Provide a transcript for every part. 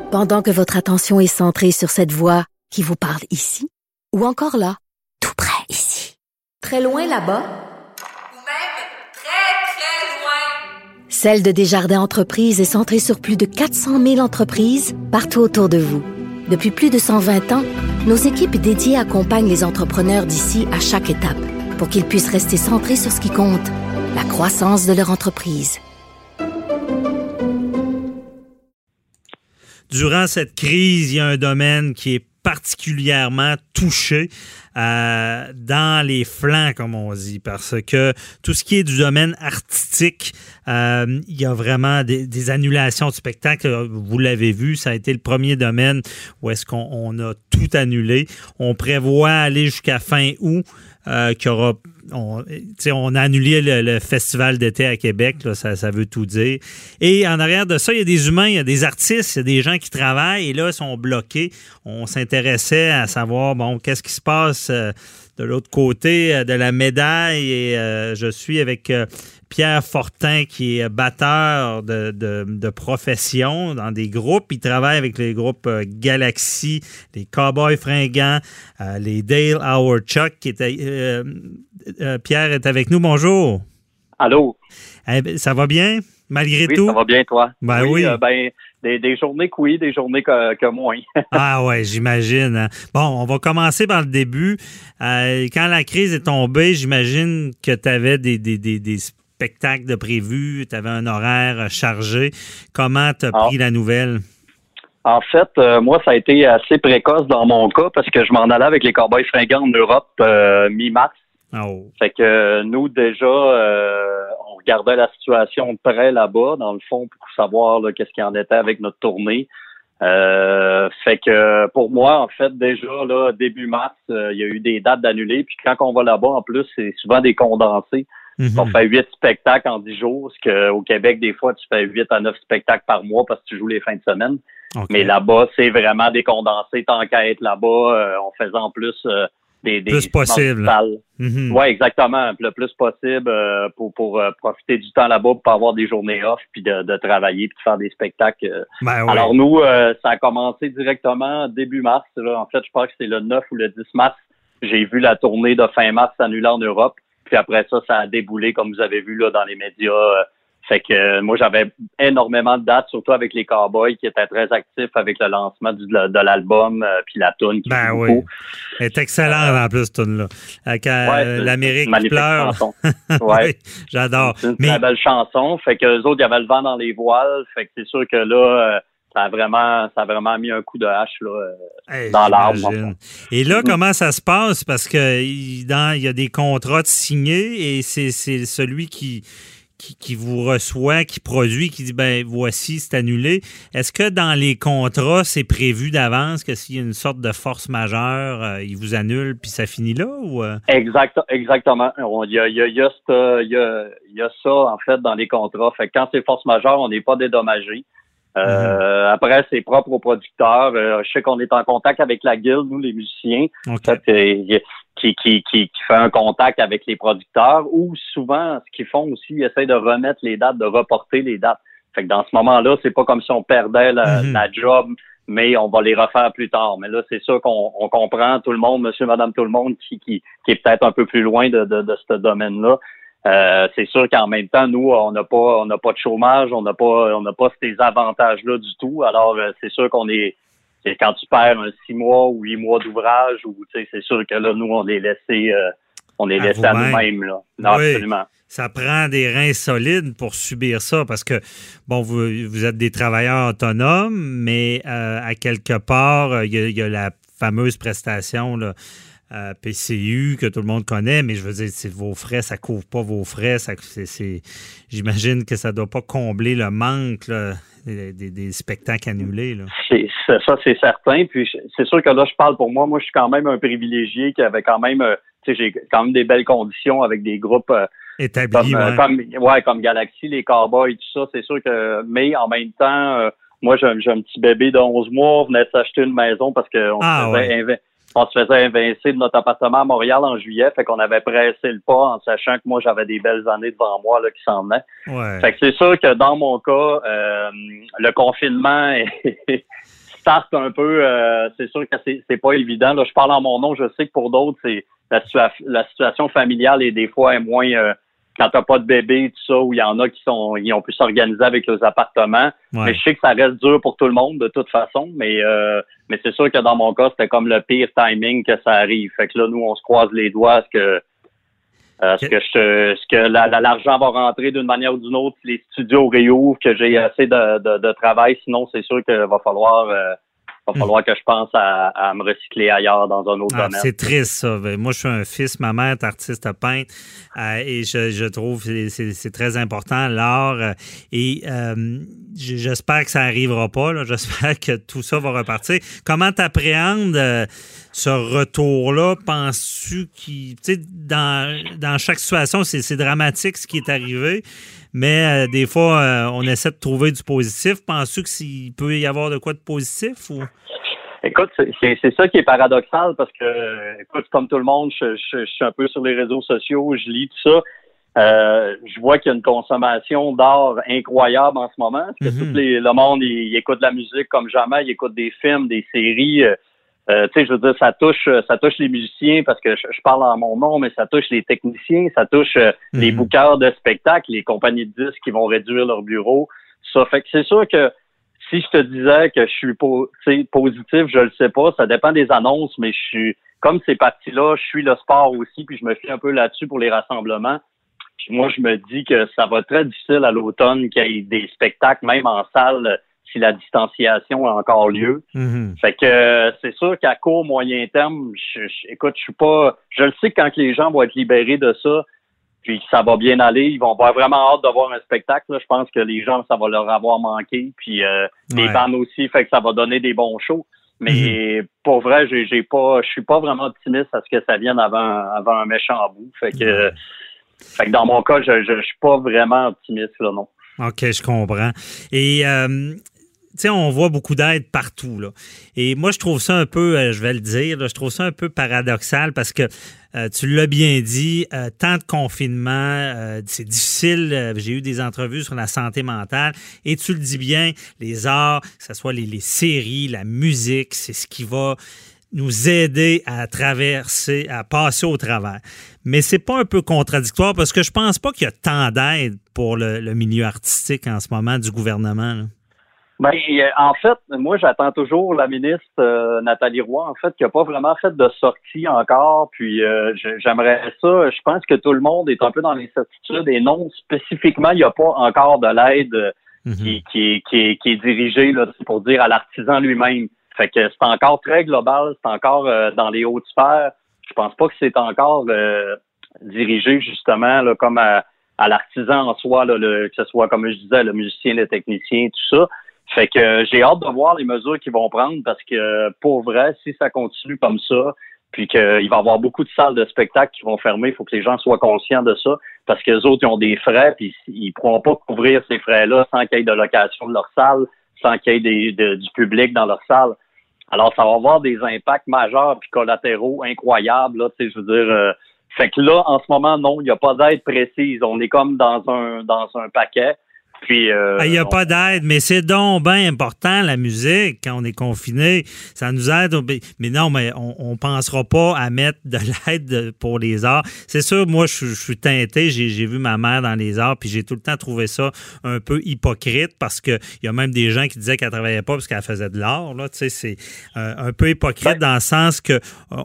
Pendant que votre attention est centrée sur cette voix qui vous parle ici, ou encore là, tout près ici, très loin là-bas, ou même très, très loin. Celle de Desjardins Entreprises est centrée sur plus de 400 000 entreprises partout autour de vous. Depuis plus de 120 ans, nos équipes dédiées accompagnent les entrepreneurs d'ici à chaque étape pour qu'ils puissent rester centrés sur ce qui compte, la croissance de leur entreprise. Durant cette crise, il y a un domaine qui est particulièrement touché dans les flancs, comme on dit, parce que tout ce qui est du domaine artistique, il y a vraiment des annulations de spectacles. Vous l'avez vu, ça a été le premier domaine où est-ce qu'on a tout annulé. On prévoit aller jusqu'à fin août, qu'il y aura... On a annulé le festival d'été à Québec, là, ça veut tout dire. Et en arrière de ça, il y a des humains, il y a des artistes, il y a des gens qui travaillent et là, ils sont bloqués. On s'intéressait à savoir, bon, qu'est-ce qui se passe de l'autre côté de la médaille et je suis avec Pierre Fortin qui est batteur de profession dans des groupes. Il travaille avec les groupes Galaxy, les Cowboys Fringants, les Dale Howard Chuck. Pierre est avec nous. Bonjour. Allô. Ça va bien, malgré tout? Oui, ça va bien, toi? Ben oui. Des journées que oui, des journées que moins. Ah ouais, j'imagine. Hein. Bon, on va commencer par le début. Quand la crise est tombée, j'imagine que tu avais des spectacles de prévus, tu avais un horaire chargé. Comment tu as pris la nouvelle? En fait, moi, ça a été assez précoce dans mon cas parce que je m'en allais avec les Cowboys Fringants en Europe mi-mars. Oh. Fait que nous, déjà, on regardait la situation de près là-bas, dans le fond, pour savoir là, qu'est-ce qu'il en était avec notre tournée. Fait que pour moi, en fait, déjà, là, début mars, il y a eu des dates d'annulées. Puis quand on va là-bas, en plus, c'est souvent des condensés. Mm-hmm. On fait 8 spectacles en 10 jours, ce qu'au Québec, des fois, tu fais 8 à 9 spectacles par mois parce que tu joues les fins de semaine. Okay. Mais là-bas, c'est vraiment des condensés. Tant qu'à être là-bas, on faisait en plus des plus possible. Mm-hmm. Oui, exactement. Le plus possible pour profiter du temps là-bas, pour pas avoir des journées off, puis de travailler, puis de faire des spectacles. Ben oui. Alors nous, ça a commencé directement début mars. Là. En fait, je pense que c'est le 9 ou le 10 mars. J'ai vu la tournée de fin mars s'annuler en Europe. Puis après ça, ça a déboulé, comme vous avez vu là dans les médias. Fait que moi, j'avais énormément de dates, surtout avec les Cowboys qui étaient très actifs avec le lancement de l'album, puis la toune qui ben oui. Elle est excellente en plus, cette toune-là. Avec l'Amérique qui pleure. Ouais. J'adore. C'est une très belle chanson. Fait que eux autres, il y avait le vent dans les voiles. Fait que c'est sûr que là, ça a vraiment mis un coup de hache là, dans l'arbre. Et là, comment ça se passe? Parce que il y a des contrats de signés et c'est celui qui vous reçoit, qui produit, qui dit, ben voici, c'est annulé. Est-ce que dans les contrats, c'est prévu d'avance que s'il y a une sorte de force majeure, il vous annule puis ça finit là? Ou Exactement. Il y a ça, en fait, dans les contrats. Fait que quand c'est force majeure, on n'est pas dédommagé. Après, c'est propre aux producteurs. Je sais qu'on est en contact avec la guilde, nous, les musiciens. Okay. Qui fait un contact avec les producteurs ou souvent, ce qu'ils font aussi, ils essayent de remettre les dates, de reporter les dates. Fait que dans ce moment-là, c'est pas comme si on perdait la job, mais on va les refaire plus tard. Mais là, c'est sûr qu'on comprend tout le monde, monsieur, madame, tout le monde qui est peut-être un peu plus loin de ce domaine-là. C'est sûr qu'en même temps, nous, on n'a pas de chômage, on n'a pas ces avantages-là du tout. Alors, c'est sûr c'est quand tu perds 6 mois ou 8 mois d'ouvrage, ou c'est sûr que là, nous, on les laissé à nous-mêmes. Là. Non, oui, absolument. Ça prend des reins solides pour subir ça parce que, bon, vous êtes des travailleurs autonomes, mais à quelque part, il y a la fameuse prestation, là, PCU que tout le monde connaît, mais je veux dire, c'est vos frais, ça couvre pas vos frais. J'imagine que ça doit pas combler le manque là, des spectacles annulés. Là. Ça, c'est certain. Puis c'est sûr que là, je parle pour moi. Moi, je suis quand même un privilégié qui avait quand même, j'ai quand même des belles conditions avec des groupes établis, comme Galaxy, les Cowboys, tout ça. C'est sûr que, mais en même temps, moi, j'ai un petit bébé de 11 mois, on venait de s'acheter une maison parce qu'on on se faisait évincer de notre appartement à Montréal en juillet, fait qu'on avait pressé le pas en sachant que moi, j'avais des belles années devant moi là, qui s'en venaient. Ouais. Fait que c'est sûr que dans mon cas, le confinement start un peu, c'est sûr que c'est pas évident. Là, je parle en mon nom, je sais que pour d'autres, c'est la situation familiale est des fois moins quand t'as pas de bébé, tout ça, où il y en a ils ont pu s'organiser avec leurs appartements. Ouais. Mais je sais que ça reste dur pour tout le monde de toute façon. Mais c'est sûr que dans mon cas, c'était comme le pire timing que ça arrive. Fait que là, nous, on se croise les doigts à ce que l'argent va rentrer d'une manière ou d'une autre, si les studios réouvrent, que j'ai assez de travail. Sinon, c'est sûr qu'il va falloir que je pense à me recycler ailleurs dans un autre domaine. C'est triste, ça. Moi, je suis un fils, ma mère est artiste peintre et je trouve que c'est très important, l'art. Et j'espère que ça n'arrivera pas. Là. J'espère que tout ça va repartir. Comment t'appréhendes ce retour-là? Penses-tu dans chaque situation, c'est dramatique ce qui est arrivé, mais des fois, on essaie de trouver du positif. Penses-tu qu'il peut y avoir de quoi de positif? Ou? Écoute, c'est ça qui est paradoxal parce que, écoute, comme tout le monde, je suis un peu sur les réseaux sociaux, je lis tout ça. Je vois qu'il y a une consommation d'art incroyable en ce moment. Parce que le monde, il écoute de la musique comme jamais, il écoute des films, des séries. Tu sais, je veux dire, ça touche les musiciens parce que je parle en mon nom, mais ça touche les techniciens, ça touche les bookers de spectacles, les compagnies de disques qui vont réduire leur bureau. Ça fait que c'est sûr que si je te disais que je suis positif, je le sais pas, ça dépend des annonces, mais je suis comme ces parties-là, je suis le sport aussi, puis je me fie un peu là-dessus pour les rassemblements. Puis moi, je me dis que ça va être très difficile à l'automne qu'il y ait des spectacles, même en salle, si la distanciation a encore lieu. Fait que c'est sûr qu'à court, moyen terme, écoute, je le sais que quand les gens vont être libérés de ça, puis ça va bien aller, ils vont avoir vraiment hâte de voir un spectacle. Là. Je pense que les gens, ça va leur avoir manqué, puis les bandes aussi, fait que ça va donner des bons shows. Mais pour vrai, je suis pas vraiment optimiste à ce que ça vienne avant un méchant bout. Fait que dans mon cas, je suis pas vraiment optimiste là, non. OK, je comprends. Et tu sais, on voit beaucoup d'aide partout, là. Et moi, je trouve ça un peu, je vais le dire, là, je trouve ça un peu paradoxal parce que tu l'as bien dit, tant de confinement, c'est difficile. J'ai eu des entrevues sur la santé mentale et tu le dis bien, les arts, que ce soit les séries, la musique, c'est ce qui va nous aider à traverser, à passer au travers. Mais c'est pas un peu contradictoire parce que je pense pas qu'il y a tant d'aide pour le milieu artistique en ce moment du gouvernement, là. Ben, en fait, moi, j'attends toujours la ministre Nathalie Roy, en fait, qui a pas vraiment fait de sortie encore. Puis, j'aimerais ça. Je pense que tout le monde est un peu dans l'incertitude. Et non, spécifiquement, il n'y a pas encore de l'aide qui est dirigée là, pour dire à l'artisan lui-même. Fait que c'est encore très global. C'est encore dans les hautes sphères. Je pense pas que c'est encore dirigé justement là, comme à l'artisan en soi, là, que ce soit, comme je disais, le musicien, le technicien, tout ça. Fait que j'ai hâte de voir les mesures qu'ils vont prendre parce que pour vrai, si ça continue comme ça, puis qu'il va y avoir beaucoup de salles de spectacle qui vont fermer, il faut que les gens soient conscients de ça parce que les autres ils ont des frais puis ils pourront pas couvrir ces frais-là sans qu'il y ait de location de leur salle, sans qu'il y ait du public dans leur salle. Alors ça va avoir des impacts majeurs puis collatéraux incroyables là, tu sais, je veux dire. Fait que là, en ce moment, non, il n'y a pas d'aide précise. On est comme dans un paquet. Puis, il n'y a pas d'aide, mais c'est donc bien important, la musique, quand on est confiné. Ça nous aide. Mais non, mais on ne pensera pas à mettre de l'aide pour les arts. C'est sûr, moi, je suis teinté. J'ai vu ma mère dans les arts, puis j'ai tout le temps trouvé ça un peu hypocrite parce qu'il y a même des gens qui disaient qu'elle ne travaillait pas parce qu'elle faisait de l'art. Là. Tu sais, c'est un peu hypocrite dans le sens que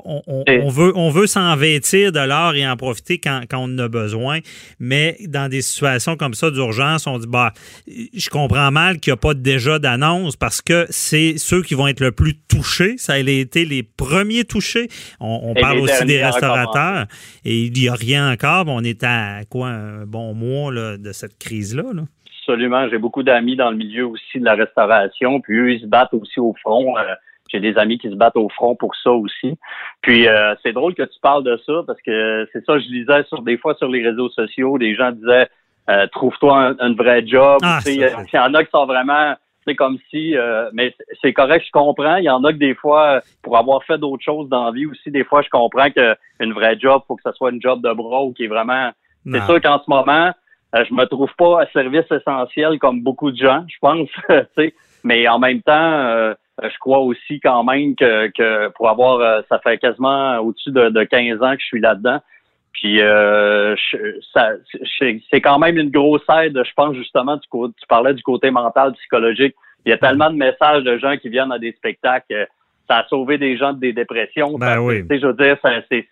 on veut s'en vêtir de l'art et en profiter quand on en a besoin. Mais dans des situations comme ça d'urgence, on dit, je comprends mal qu'il n'y a pas déjà d'annonce parce que c'est ceux qui vont être le plus touchés. Ça a été les premiers touchés. On parle aussi des restaurateurs et il n'y a rien encore. On est à quoi, un bon mois là, de cette crise-là, là? Absolument. J'ai beaucoup d'amis dans le milieu aussi de la restauration. Puis eux, ils se battent aussi au front. J'ai des amis qui se battent au front pour ça aussi. Puis c'est drôle que tu parles de ça parce que c'est ça, je lisais des fois sur les réseaux sociaux, des gens disaient trouve-toi un vrai job. Il y en a qui sont vraiment, c'est comme si, mais c'est correct, je comprends. Il y en a que des fois, pour avoir fait d'autres choses dans la vie aussi, des fois, je comprends qu'une vraie job, faut que ce soit une job de bras ou qui est vraiment. Non. C'est sûr qu'en ce moment, je me trouve pas à service essentiel comme beaucoup de gens, je pense. Mais en même temps, je crois aussi quand même que pour avoir, ça fait quasiment au-dessus de 15 ans que je suis là-dedans. Puis c'est quand même une grosse aide, je pense justement, tu parlais du côté mental, psychologique. Il y a tellement de messages de gens qui viennent à des spectacles. Ça a sauvé des gens de des dépressions. Oui. Je veux dire,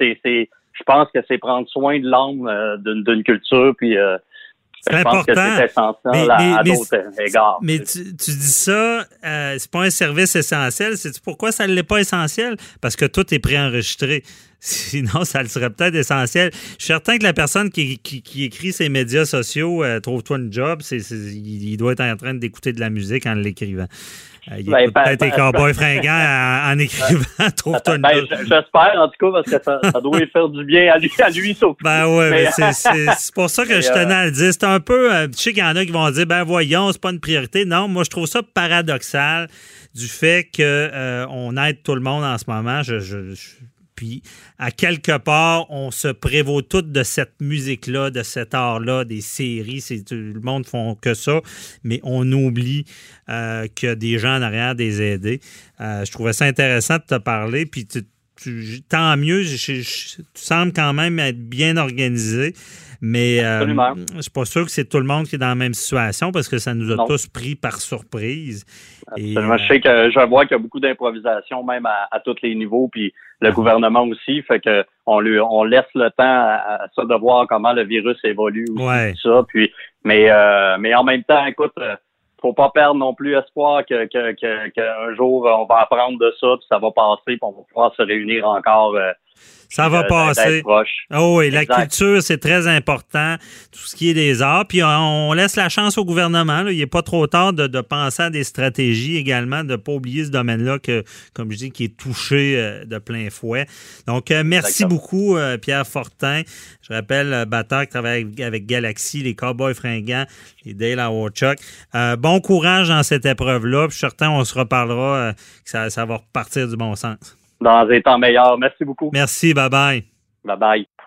je pense que c'est prendre soin de l'âme d'une culture, puis c'est je important. pense que c'est essentiel à d'autres égards. Mais tu dis ça, c'est pas un service essentiel. Sais-tu pourquoi ça ne l'est pas essentiel? Parce que tout est préenregistré. Sinon, ça le serait peut-être essentiel. Je suis certain que la personne qui écrit ses médias sociaux, trouve-toi une job, il doit être en train d'écouter de la musique en l'écrivant. Il écoute peut-être les cowboys fringants en écrivant trouve-toi une job. J'espère, en tout cas, parce que ça doit lui faire du bien à lui surtout. Mais c'est pour ça que je tenais à le dire. C'est un peu, je sais qu'il y en a qui vont dire, voyons, c'est pas une priorité. Non, moi, je trouve ça paradoxal du fait que on aide tout le monde en ce moment. Puis, à quelque part, on se prévaut tout de cette musique-là, de cet art-là, des séries. Tout le monde ne font que ça, mais on oublie qu'il y a des gens en arrière des aider. Je trouvais ça intéressant de te parler, puis tant mieux, tu sembles quand même être bien organisé, mais je ne suis pas sûr que c'est tout le monde qui est dans la même situation parce que ça nous a tous pris par surprise. Absolument. Je sais que je vois qu'il y a beaucoup d'improvisation même à tous les niveaux, puis le gouvernement aussi, fait que on laisse le temps à ça de voir comment le virus évolue aussi, tout ça. Puis, mais en même temps, écoute, faut pas perdre non plus espoir qu'un jour on va apprendre de ça, puis ça va passer, puis on va pouvoir se réunir encore. Ça va passer. Oh oui, la culture, c'est très important. Tout ce qui est des arts. Puis on laisse la chance au gouvernement. Là. Il n'est pas trop tard de penser à des stratégies également, de ne pas oublier ce domaine-là que, comme je dis, qui est touché de plein fouet. Donc, merci beaucoup, Pierre Fortin. Je rappelle, batteur qui travaille avec Galaxy, les Cowboys fringants, les Dale Awardchuck. Bon courage dans cette épreuve-là. Puis je suis certain qu'on se reparlera, que ça va repartir du bon sens. Dans des temps meilleurs. Merci beaucoup. Merci. Bye-bye. Bye-bye.